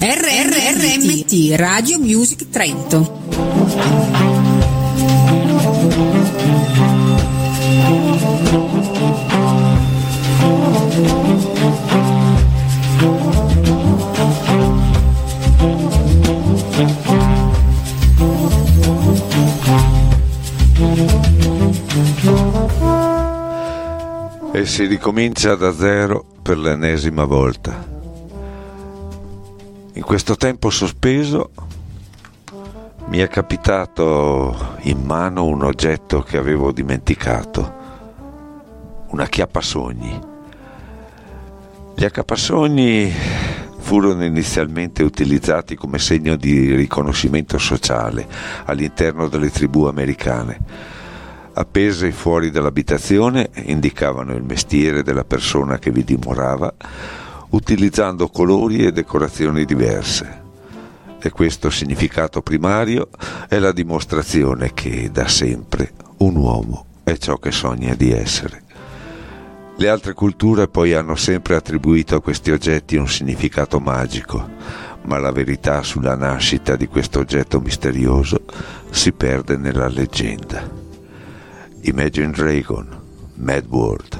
RMT Radio Music Trento. E si ricomincia da zero per l'ennesima volta. In questo tempo sospeso mi è capitato in mano un oggetto che avevo dimenticato, un acchiappasogni. Gli acchiappasogni furono inizialmente utilizzati come segno di riconoscimento sociale all'interno delle tribù americane. Appese fuori dall'abitazione indicavano il mestiere della persona che vi dimorava, utilizzando colori e decorazioni diverse. E questo significato primario è la dimostrazione che da sempre un uomo è ciò che sogna di essere. Le altre culture poi hanno sempre attribuito a questi oggetti un significato magico, ma la verità sulla nascita di questo oggetto misterioso si perde nella leggenda. Imagine Dragon, Mad World.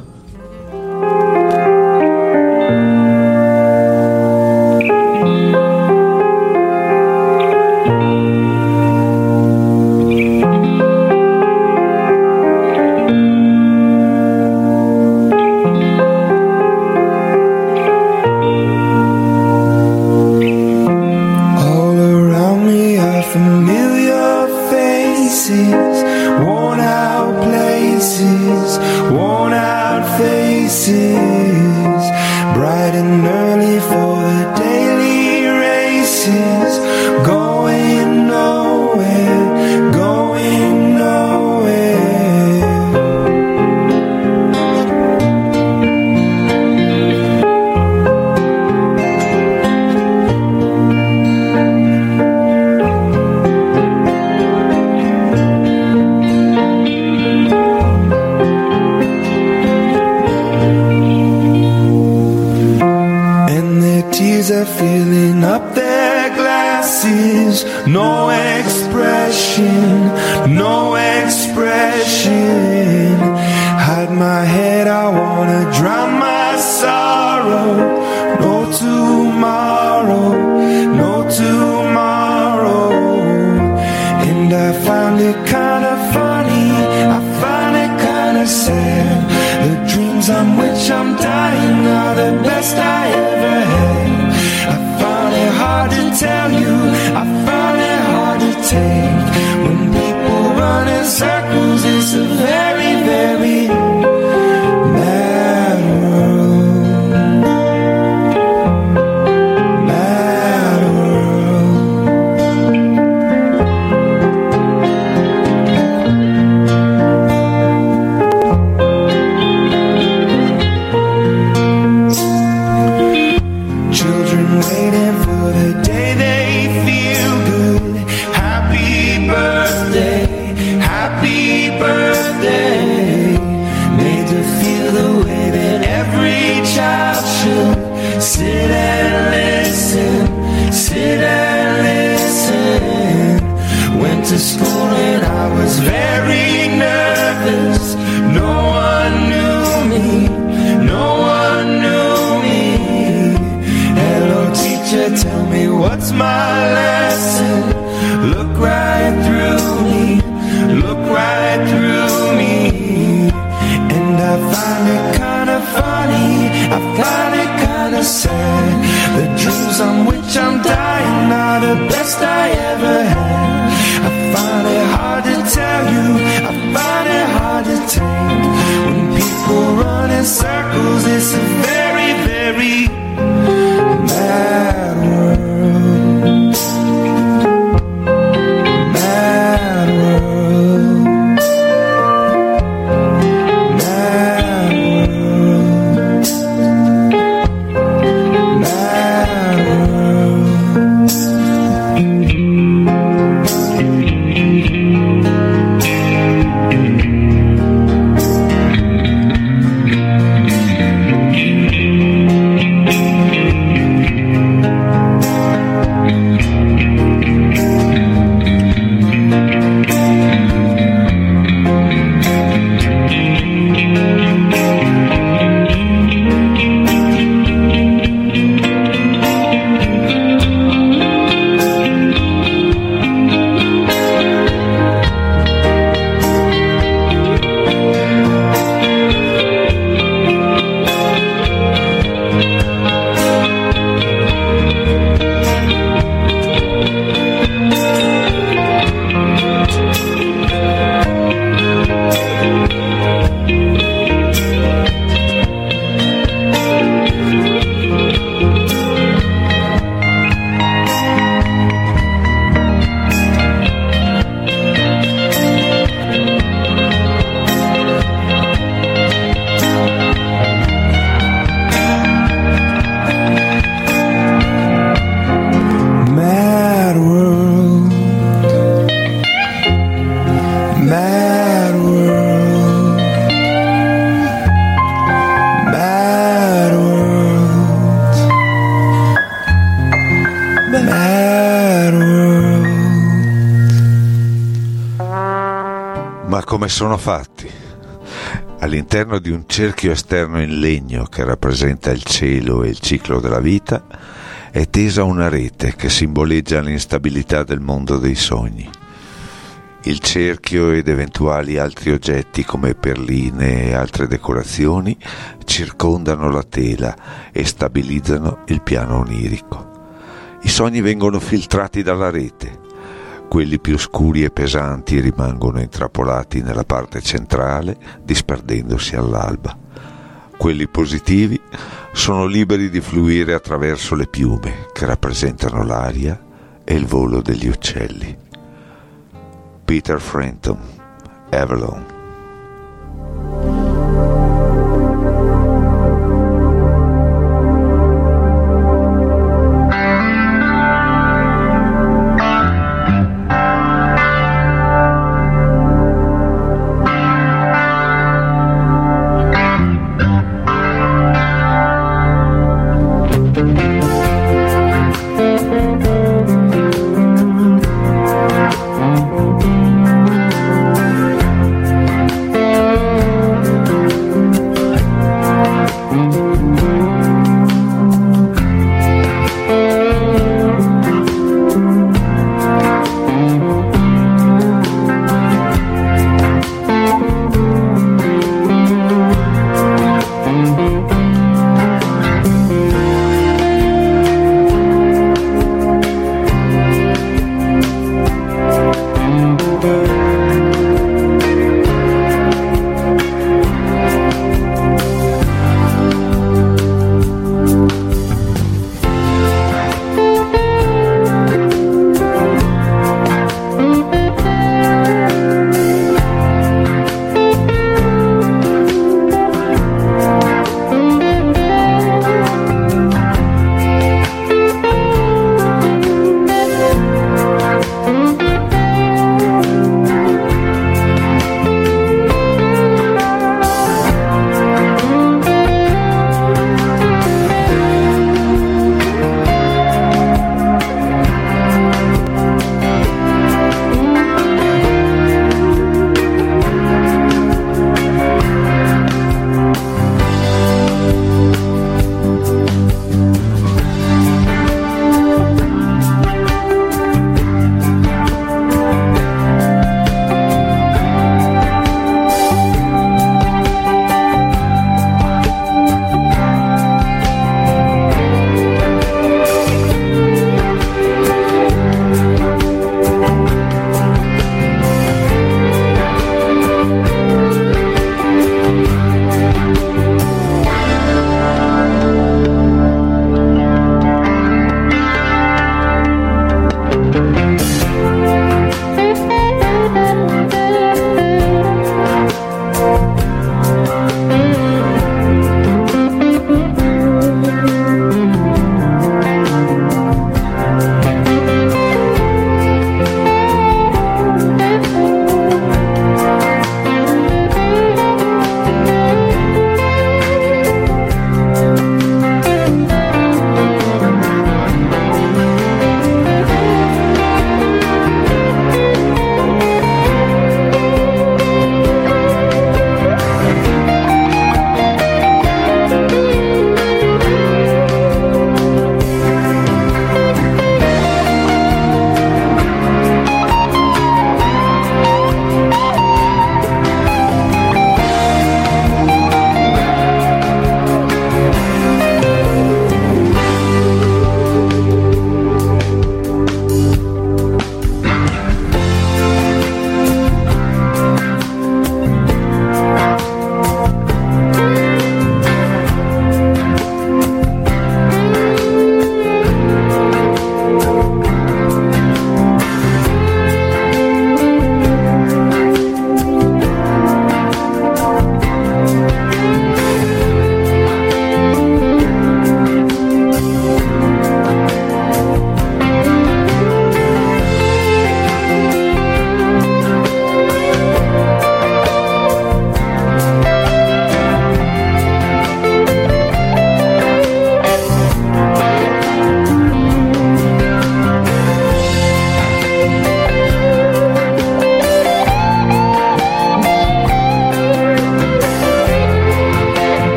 come sono fatti. All'interno di un cerchio esterno in legno che rappresenta il cielo e il ciclo della vita è tesa una rete che simboleggia l'instabilità del mondo dei sogni. Il cerchio ed eventuali altri oggetti come perline e altre decorazioni circondano la tela e stabilizzano il piano onirico. I sogni vengono filtrati dalla rete. Quelli più scuri e pesanti rimangono intrappolati nella parte centrale, disperdendosi all'alba. Quelli positivi sono liberi di fluire attraverso le piume che rappresentano l'aria e il volo degli uccelli. Peter Frampton, Avalon.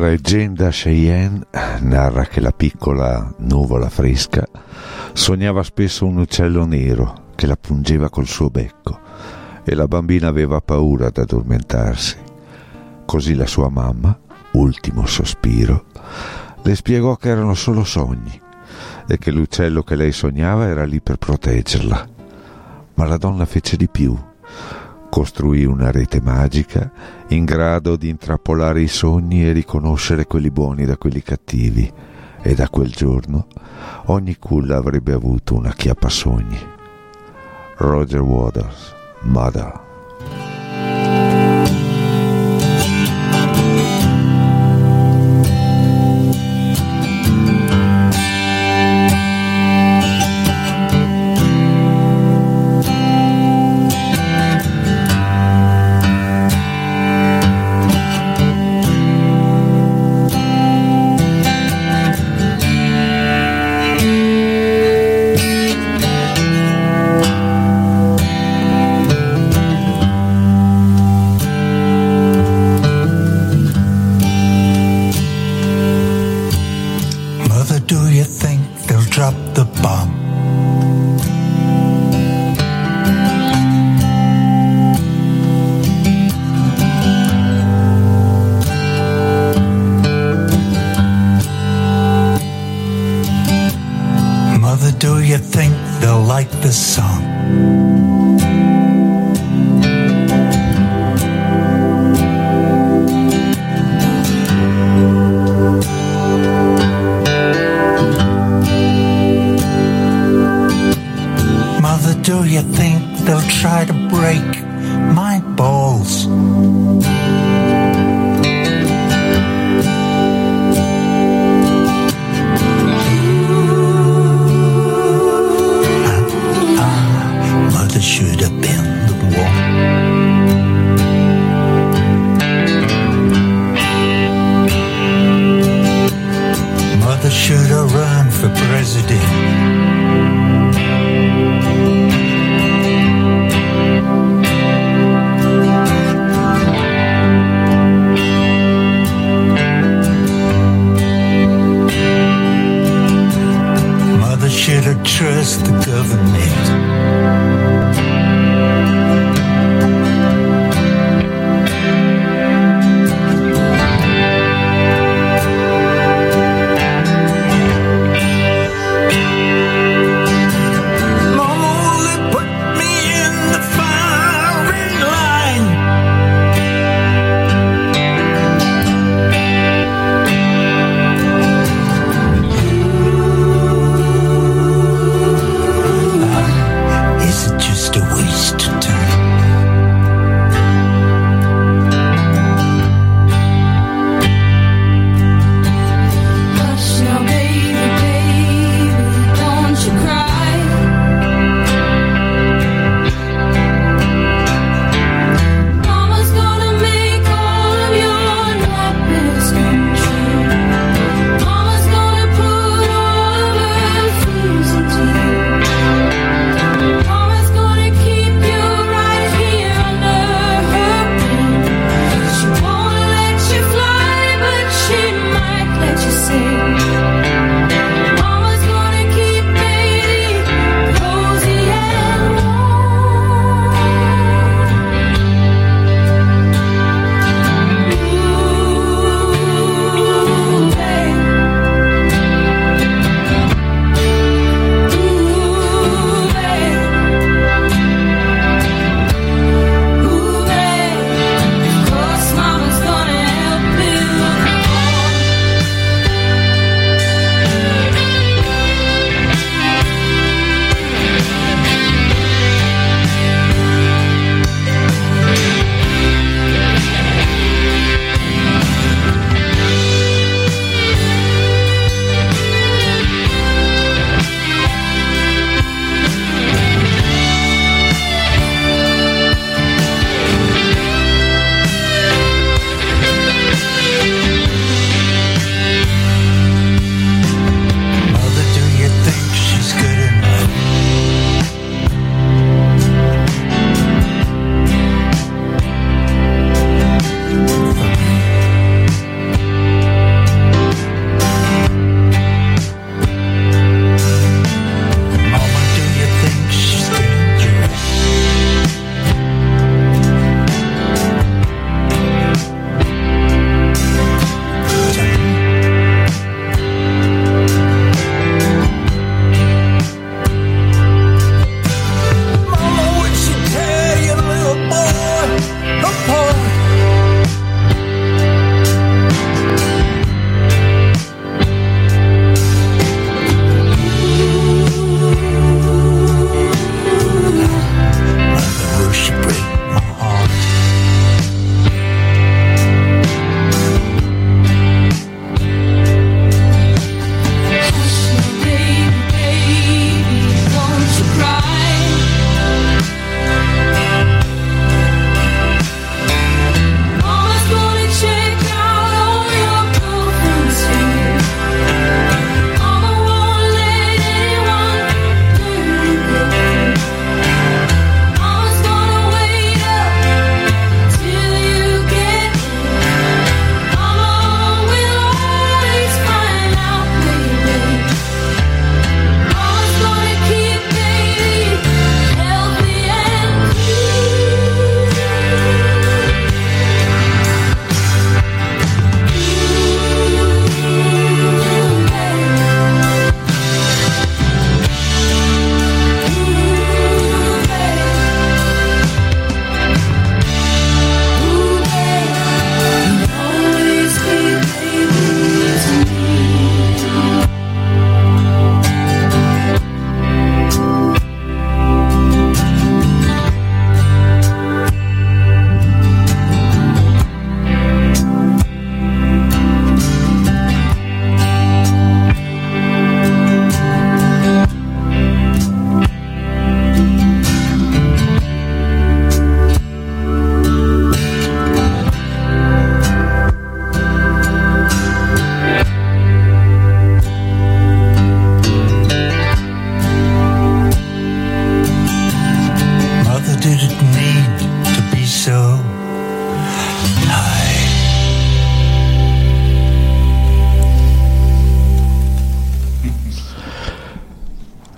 Regenda Cheyenne narra che la piccola nuvola fresca sognava spesso un uccello nero che la pungeva col suo becco e la bambina aveva paura ad addormentarsi. Così la sua mamma, ultimo sospiro, le spiegò che erano solo sogni e che l'uccello che lei sognava era lì per proteggerla. Ma la donna fece di più. Costruì una rete magica in grado di intrappolare i sogni e riconoscere quelli buoni da quelli cattivi, e da quel giorno ogni culla avrebbe avuto una acchiappasogni. Roger Waters, Mother. Do you think they'll like this song? Mother, do you think they'll try to break my balls? Should have been the one. Mother should have run for president. Mother should have trusted the government.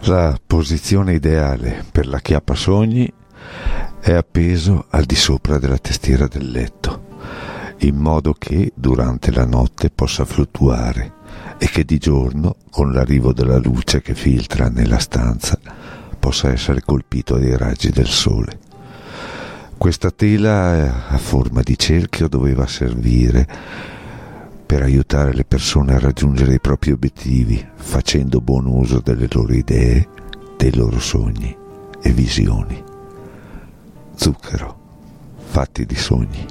La posizione ideale per la chiappasogni è appeso al di sopra della tastiera del letto, in modo che durante la notte possa fluttuare e che di giorno, con l'arrivo della luce che filtra nella stanza, possa essere colpito dai raggi del sole. Questa tela a forma di cerchio doveva servire per aiutare le persone a raggiungere i propri obiettivi, facendo buon uso delle loro idee, dei loro sogni e visioni. Zucchero, fatti di sogni.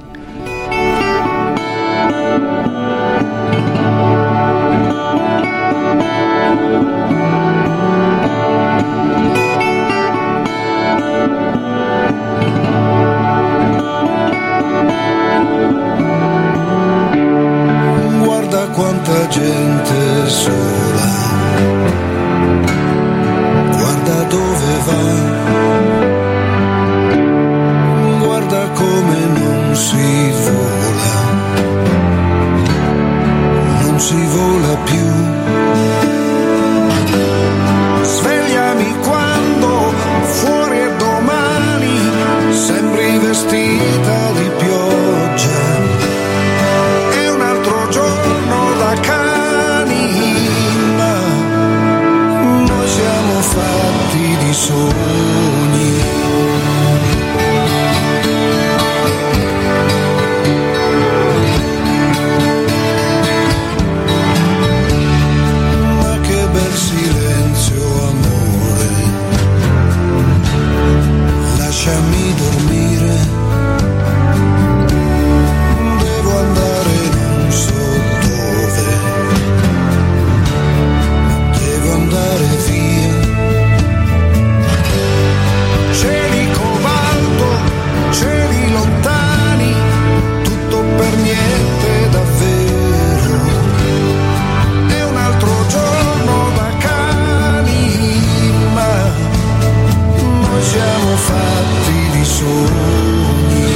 Guarda quanta gente sola, guarda dove va, guarda come non si vola più. Svegliami quando fuori è domani, sembri vestita di pioggia, è un altro giorno da cani, ma noi siamo fatti di sogni. Lasciami dormire, devo andare non so dove, devo andare via. Cieli cobalto, cieli lontani, tutto per niente davvero, è un altro giorno da cani, ma noi siamo fatti di sogni.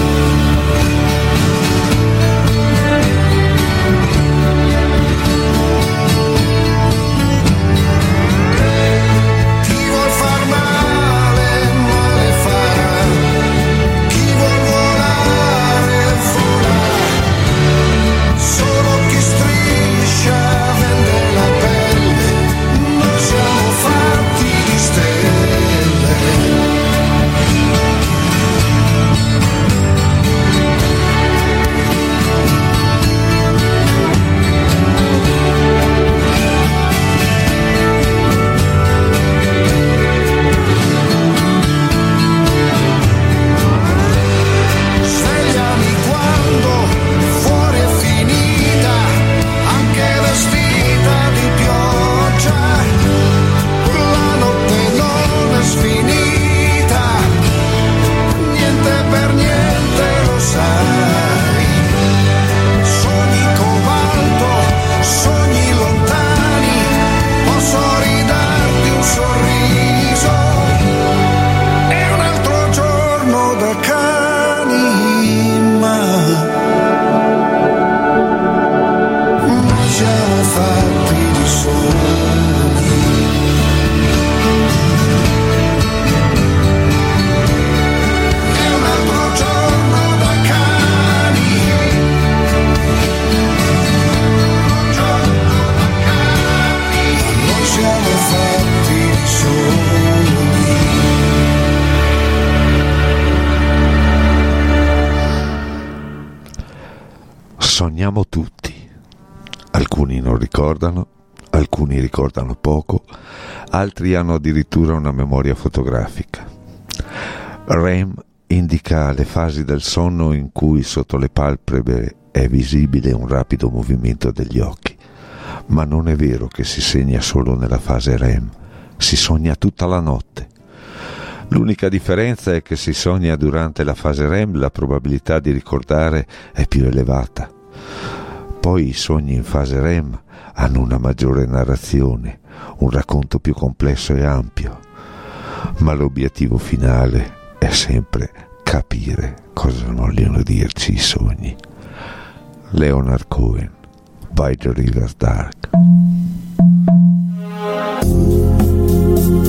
Chi vuol far male, male farà, chi vuol volare, volerà, solo chi striscia vende la pelle, noi siamo fatti di stelle. Svegliami quando fuori è finita, anche vestita di pioggia, la notte non è sfinita, niente per niente lo sai. Sogni cobalto, sogni lontani, posso ridarti un sorriso, è un altro giorno da cani, ma noi siamo fatti di sogni. È un altro giorno da cani, un giorno da cani, noi siamo fatti di sogni. Sogniamo tutti. Alcuni non ricordano, alcuni ricordano poco, altri hanno addirittura una memoria fotografica. REM indica le fasi del sonno in cui sotto le palpebre è visibile un rapido movimento degli occhi, ma non è vero che si segna solo nella fase REM, si sogna tutta la notte. L'unica differenza è che si sogna durante la fase REM, la probabilità di ricordare è più elevata. Poi i sogni in fase REM hanno una maggiore narrazione, un racconto più complesso e ampio, ma l'obiettivo finale è sempre capire cosa vogliono dirci i sogni. Leonard Cohen, By the River Dark.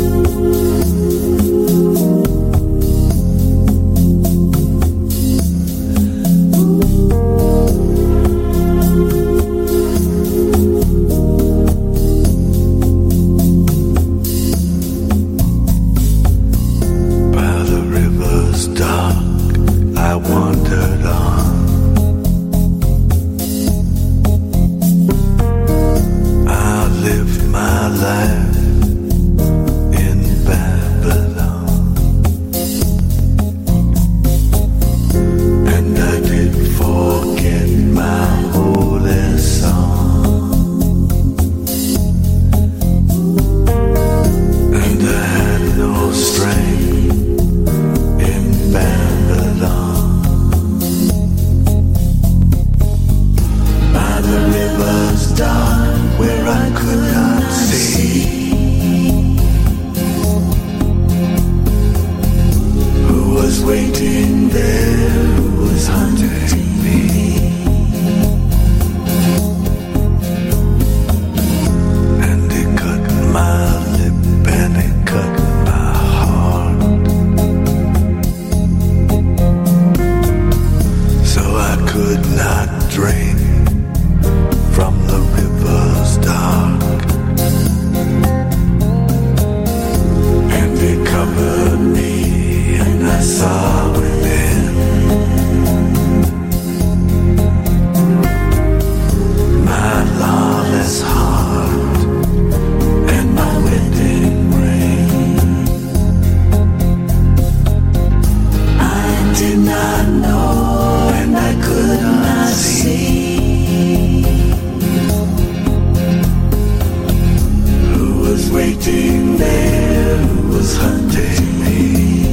waiting there who was hunting me.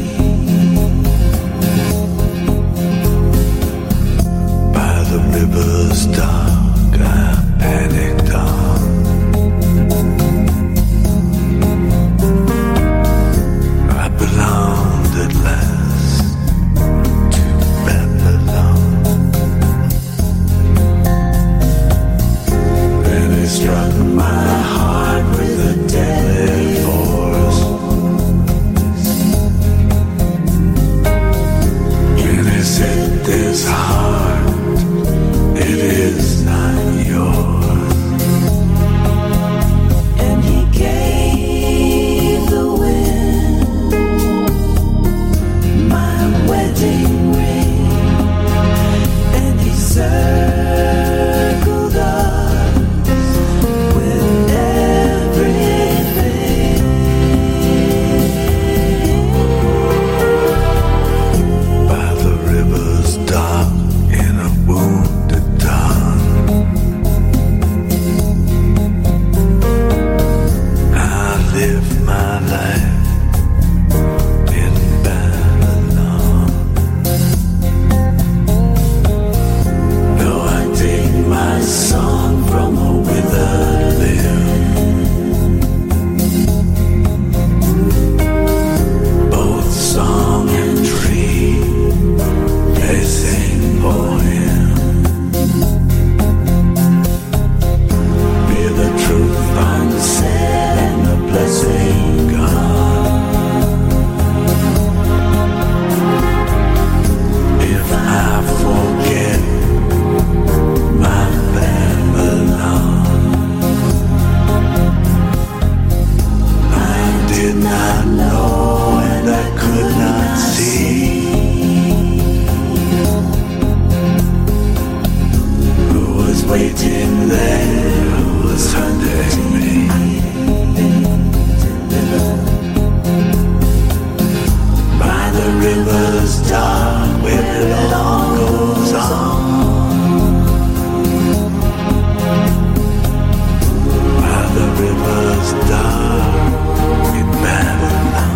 By the river's dark I panicked on. I belonged at last to Babylon. Then it struck my heart with a deadly force. And it said, this heart, it is not yours. And he gave the wind my wedding ring, and he circled us with everything. By the river's dark in a wounded dawn, I live my life in Babylon. Though I take my song from a withered limb, both song and tree, they sing for him. Be the truth unsaid and the blessing gone. If I forget my Babylon, I did not know and I could not see who was waiting there, who was hunting me. By the river's dark where it all goes on. By the river's dark in Babylon.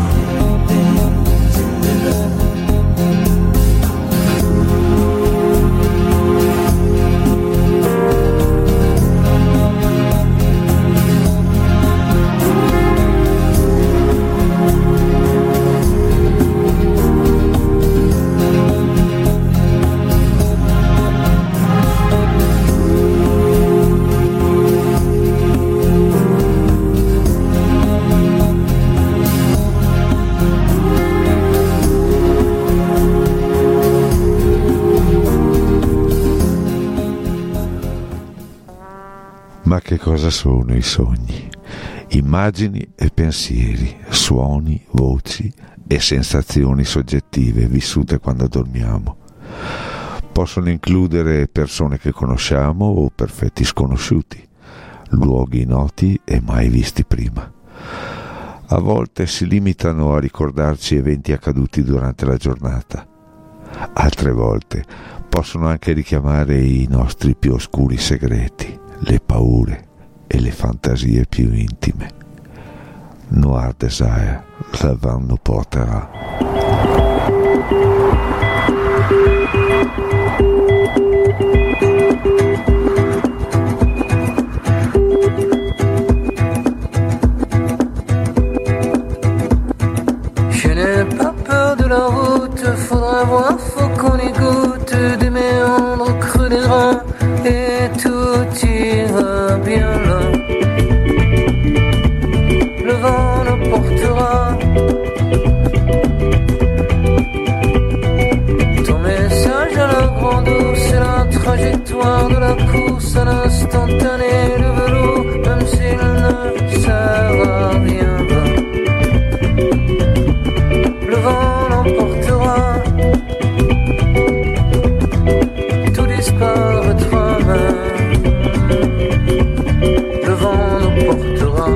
Ma che cosa sono i sogni? Immagini e pensieri, suoni, voci e sensazioni soggettive vissute quando dormiamo. Possono includere persone che conosciamo o perfetti sconosciuti, luoghi noti e mai visti prima. A volte si limitano a ricordarci eventi accaduti durante la giornata. Altre volte possono anche richiamare i nostri più oscuri segreti, le paure e le fantasie più intime. Noir Desire, le vent nous portera. Je n'ai pas peur de la route, faudra voir, faut qu'on y goûte des méandres creux des reins et tout ira bien là. Le vent nous portera. Ton message à la grande eau, c'est la trajectoire de la course à l'instantané, le vélo, même s'il ne sert à rien. Le vent l'emportera, tout disparaîtra même. Le vent nous portera.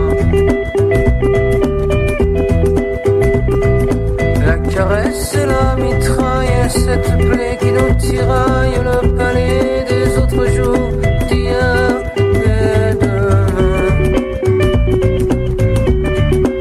La caresse et la mitraille, et cette plaie qui nous tiraille, le palais des autres jours, d'hier et demain.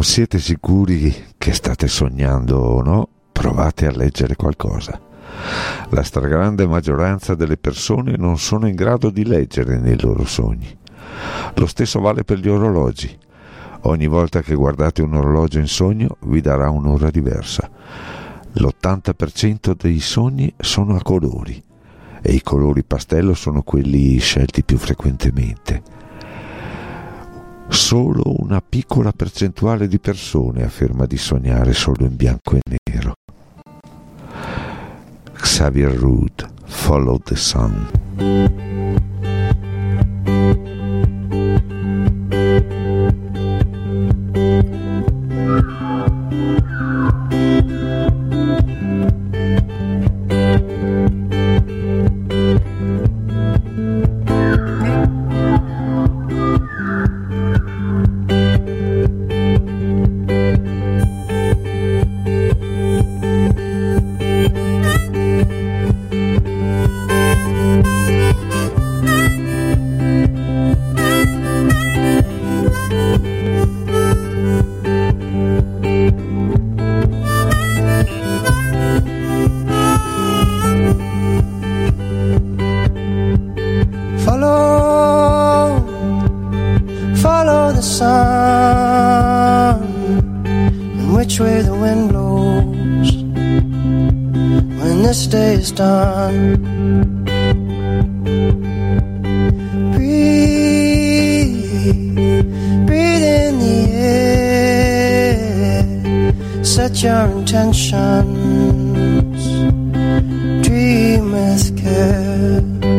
siete sicuri che state sognando o no, provate a leggere qualcosa. La stragrande maggioranza delle persone non sono in grado di leggere nei loro sogni. Lo stesso vale per gli orologi. Ogni volta che guardate un orologio in sogno vi darà un'ora diversa. L'80% dei sogni sono a colori e i colori pastello sono quelli scelti più frequentemente. Solo una piccola percentuale di persone afferma di sognare solo in bianco e nero. Xavier Rood, Follow the Sun. Done. Breathe in the air, set your intentions, dream with care.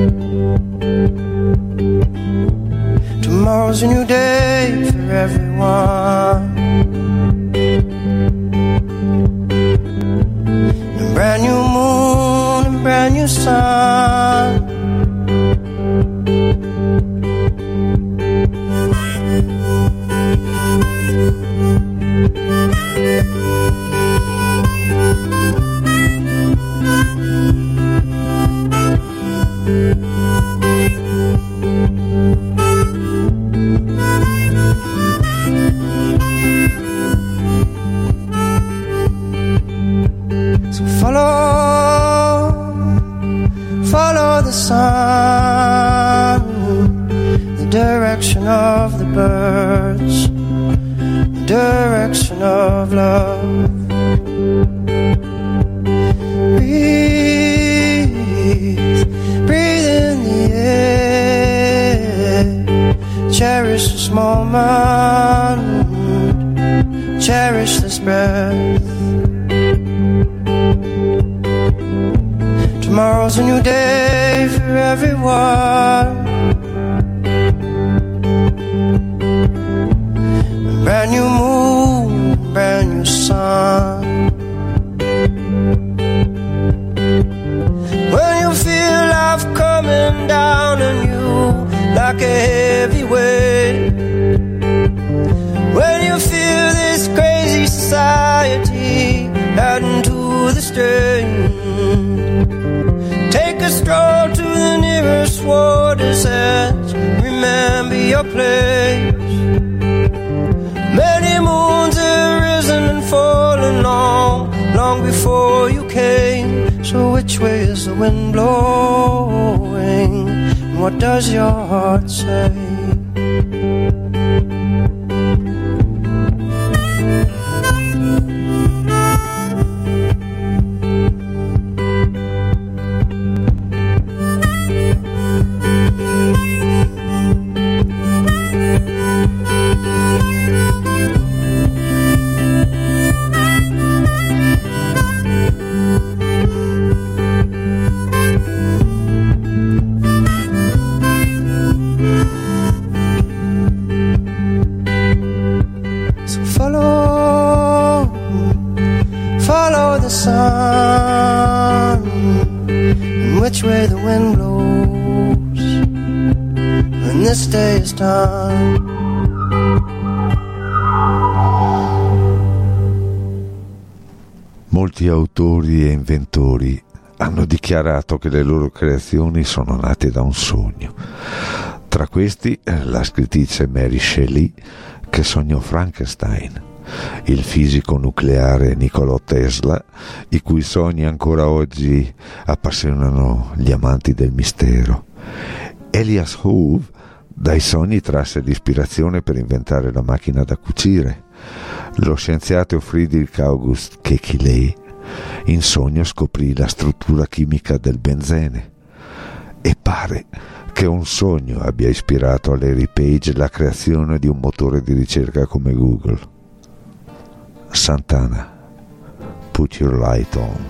Tomorrow's a new day for everyone, a brand new moon, brand new sun. So follow the sun, the direction of the birds, the direction of love. Breathe in the air, cherish this moment, cherish this breath. Tomorrow's a new day for everyone, a brand new moon, brand new sun. When you feel life coming down on you like a heavy weight, when you feel this crazy society adding to the strain, take a stroll to the nearest water's edge. Remember your place. Many moons have risen and fallen long before you came. So which way is the wind blowing? And what does your heart say? Follow the sun, and which way the wind blows when this day is done. Molti autori e inventori hanno dichiarato che le loro creazioni sono nate da un sogno. Tra questi la scrittrice Mary Shelley, che sognò Frankenstein, il fisico nucleare Nikola Tesla, i cui sogni ancora oggi appassionano gli amanti del mistero. Elias Howe dai sogni trasse l'ispirazione per inventare la macchina da cucire. Lo scienziato Friedrich August Kekulé in sogno scoprì la struttura chimica del benzene, e pare che un sogno abbia ispirato a Larry Page la creazione di un motore di ricerca come Google. Santana, Put Your Light On.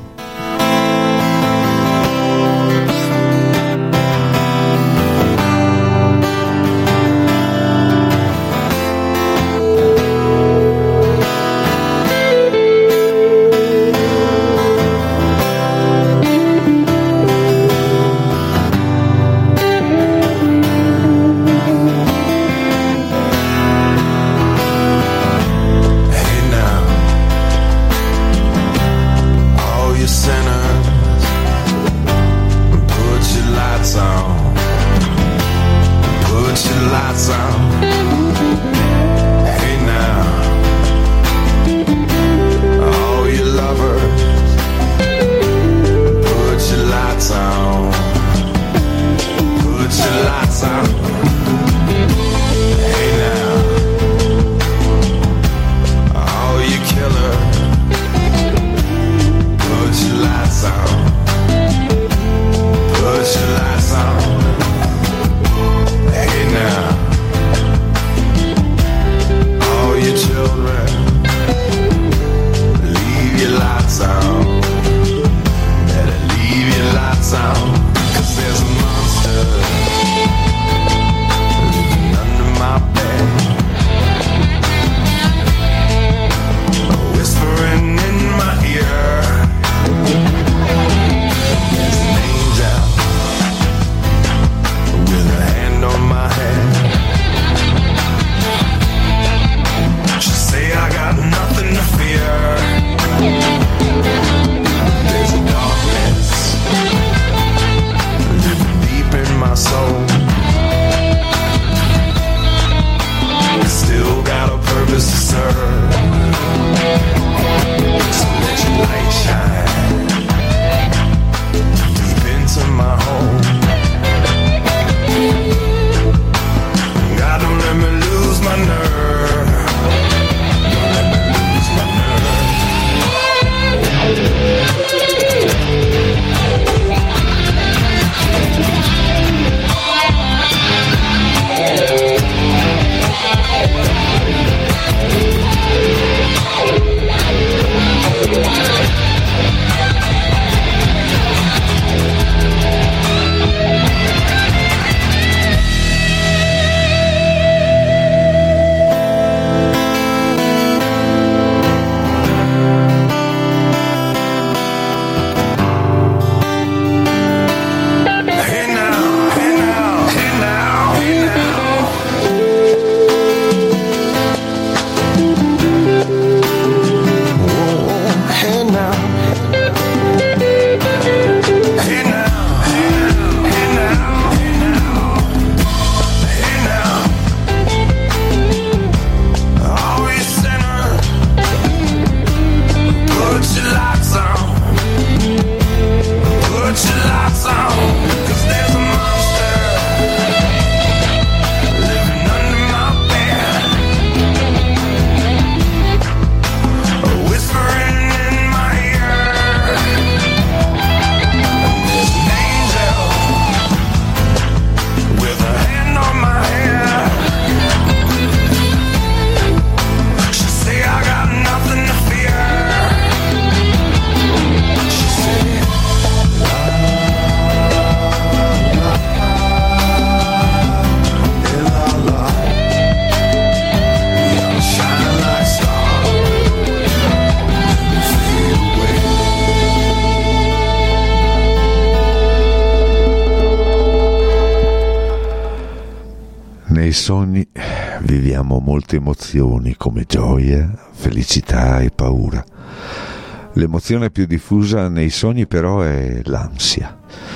Nei sogni viviamo molte emozioni come gioia, felicità e paura. L'emozione più diffusa nei sogni però è l'ansia.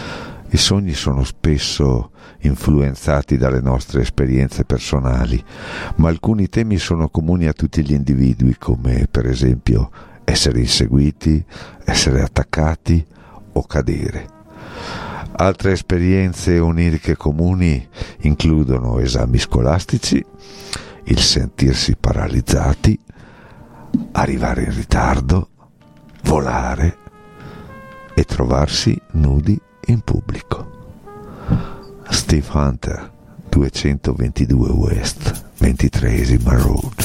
I sogni sono spesso influenzati dalle nostre esperienze personali, ma alcuni temi sono comuni a tutti gli individui, come per esempio essere inseguiti, essere attaccati o cadere. Altre esperienze oniriche comuni includono esami scolastici, il sentirsi paralizzati, arrivare in ritardo, volare e trovarsi nudi in pubblico. Steve Hunter, 222 West, 23ª Road.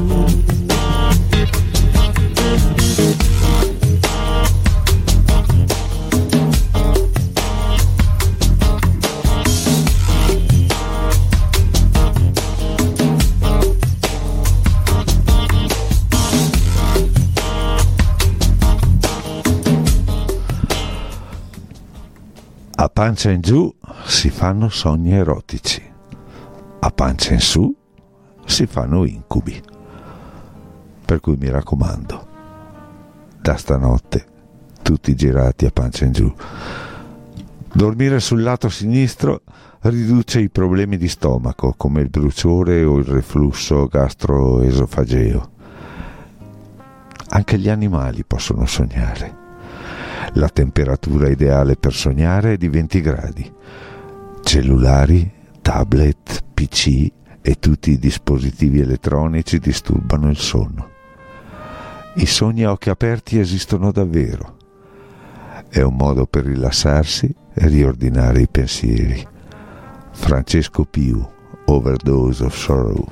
A pancia in giù si fanno sogni erotici, a pancia in su si fanno incubi. Per cui mi raccomando, da stanotte tutti girati a pancia in giù. Dormire sul lato sinistro riduce i problemi di stomaco come il bruciore o il reflusso gastroesofageo. Anche gli animali possono sognare. La temperatura ideale per sognare è di 20 gradi. Cellulari, tablet, PC e tutti i dispositivi elettronici disturbano il sonno. I sogni a occhi aperti esistono davvero. È un modo per rilassarsi e riordinare i pensieri. Francesco Piu, Overdose of Sorrow.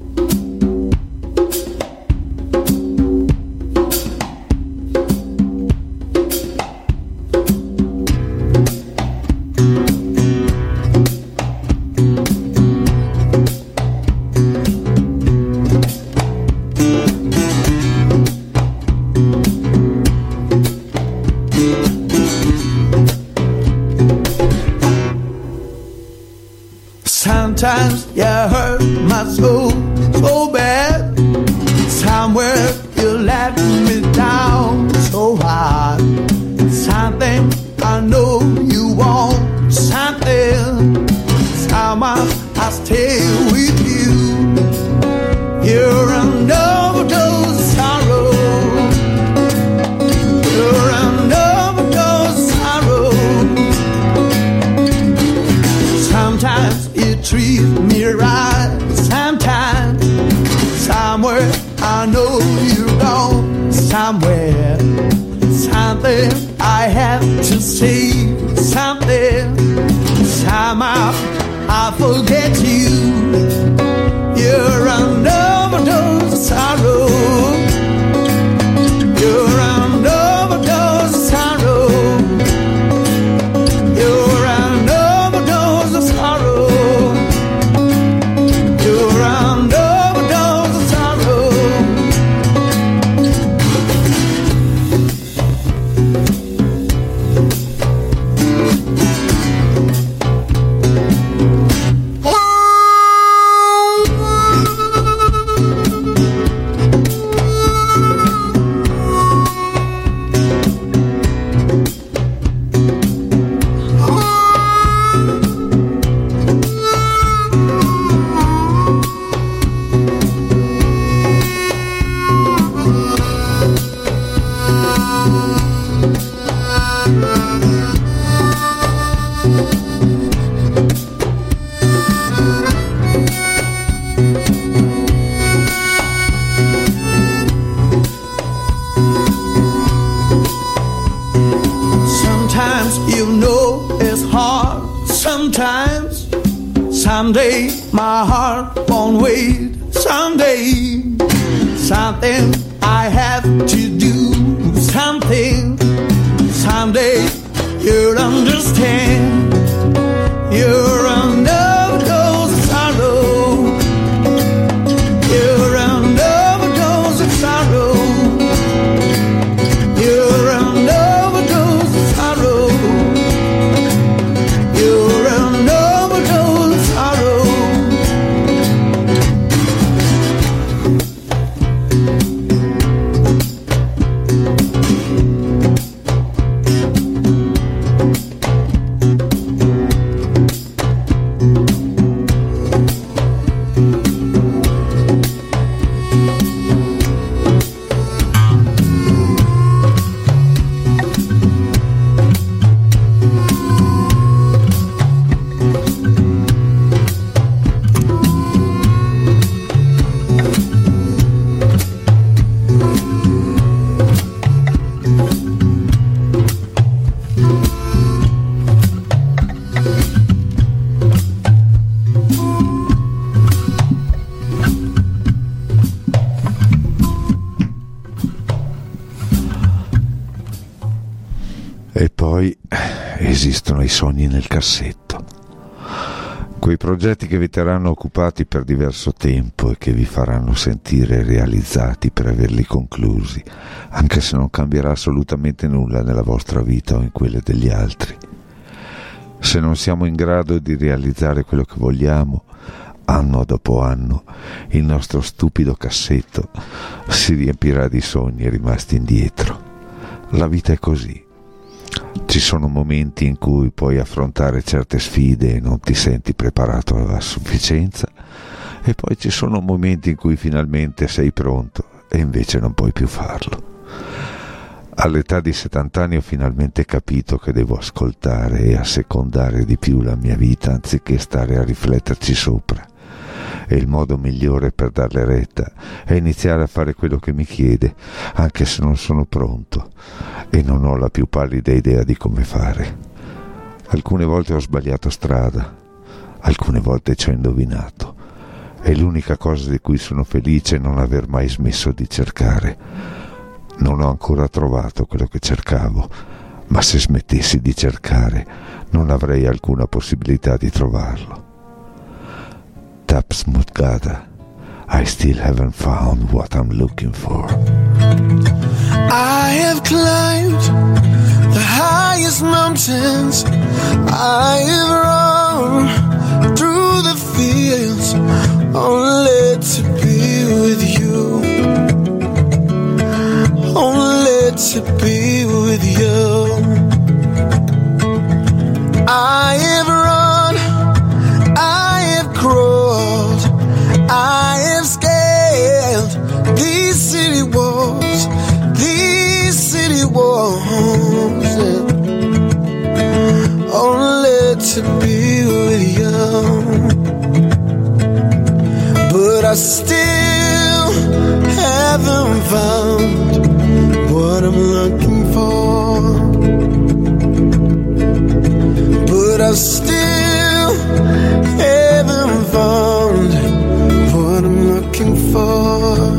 Sometimes you hurt my soul so bad. Somewhere you let me down so hard. Something I know you want, something somehow I stay with you. You're an overdose of sorrow. You're an overdose of sorrow. Sometimes you treat me right, sometimes somewhere I know you're gone. Somewhere something I have to say, something somehow I forget you. You're an overdose of sorrow. You're an overdose of sorrow. You're an overdose of sorrow. You're an overdose of sorrow. Sometimes you know it's hard. Sometimes, someday my heart won't wait. Someday, something I have to do. Something, someday you'll understand. You're an overdose of sorrow. You're an overdose of sorrow. You're an overdose of sorrow. You're an overdose of sorrow. esistono i sogni nel cassetto. Quei progetti che vi terranno occupati per diverso tempo e che vi faranno sentire realizzati per averli conclusi, anche se non cambierà assolutamente nulla nella vostra vita o in quelle degli altri. Se non siamo in grado di realizzare quello che vogliamo, anno dopo anno, il nostro stupido cassetto si riempirà di sogni rimasti indietro. La vita è così. Ci sono momenti in cui puoi affrontare certe sfide e non ti senti preparato a sufficienza, e poi ci sono momenti in cui finalmente sei pronto e invece non puoi più farlo. All'età di 70 anni ho finalmente capito che devo ascoltare e assecondare di più la mia vita anziché stare a rifletterci sopra. E il modo migliore per darle retta è iniziare a fare quello che mi chiede, anche se non sono pronto e non ho la più pallida idea di come fare. Alcune volte ho sbagliato strada, alcune volte ci ho indovinato, e l'unica cosa di cui sono felice è non aver mai smesso di cercare. Non ho ancora trovato quello che cercavo, ma se smettessi di cercare non avrei alcuna possibilità di trovarlo. Taps Mudgada, I still haven't found what I'm looking for. I have climbed the highest mountains. I have run through the fields, only to be with you. Only to be with you. I have run, I have crawled, I have scaled these city walls, only to be with you. But I still haven't found what I'm looking for. But I still haven't found what I'm looking for.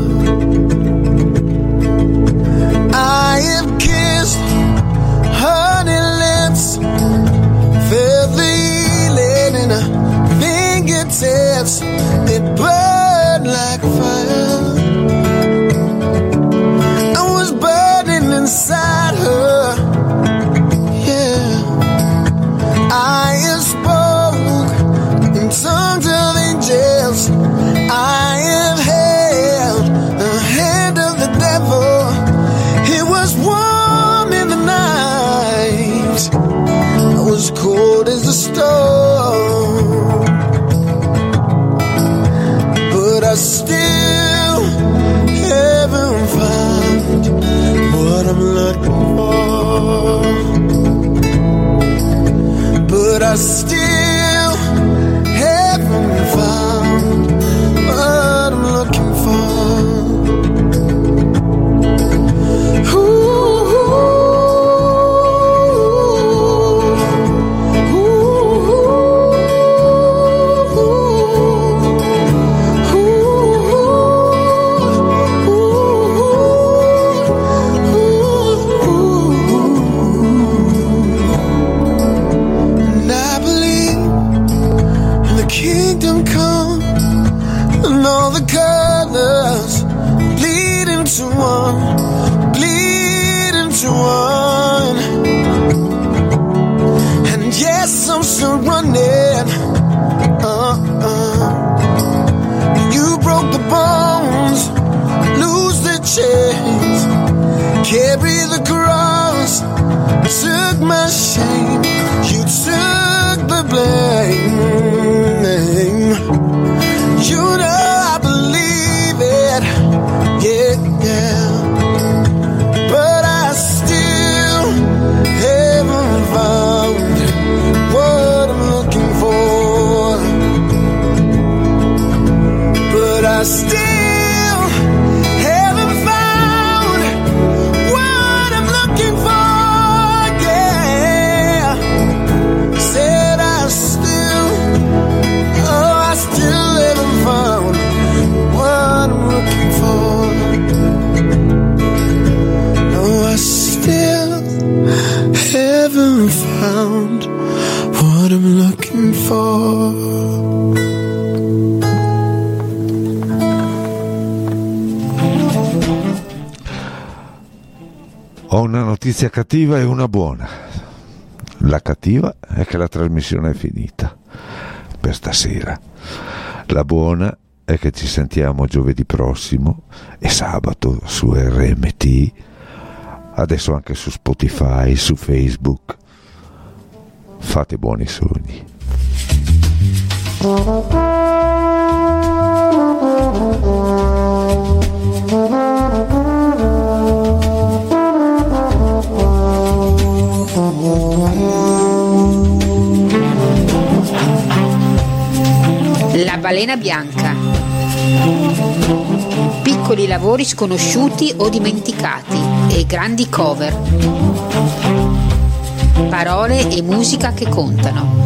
I have kissed honey lips, felt the healing in her fingertips. It burned like fire. I was burning inside her. Yeah, I have spoke in tongues of angels. I have held the hand of the devil. It was warm in the night, I was cold as a stone. But I still haven't found what I'm looking for. But I still haven't found what I'm looking for. Kingdom come, and all the colors bleed into one, bleed into one. And yes, I'm still running. You broke the bones, lose the chains, carry the cross, took my shame, you took the blame. You know I believe it, yeah, yeah. But I still haven't found what I'm looking for. But I still haven't found what I'm looking for, yeah. Said I still haven't found what I'm looking for. No, I still haven't found Ho una notizia cattiva e una buona. La cattiva è che la trasmissione è finita per stasera. La buona è che ci sentiamo giovedì prossimo e sabato su RMT, adesso anche su Spotify, su Facebook. Fate buoni sogni. La balena bianca. Piccoli lavori sconosciuti o dimenticati e grandi cover. Parole e musica che contano.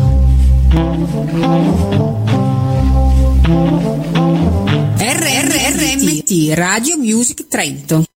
RRMT Radio Music Trento.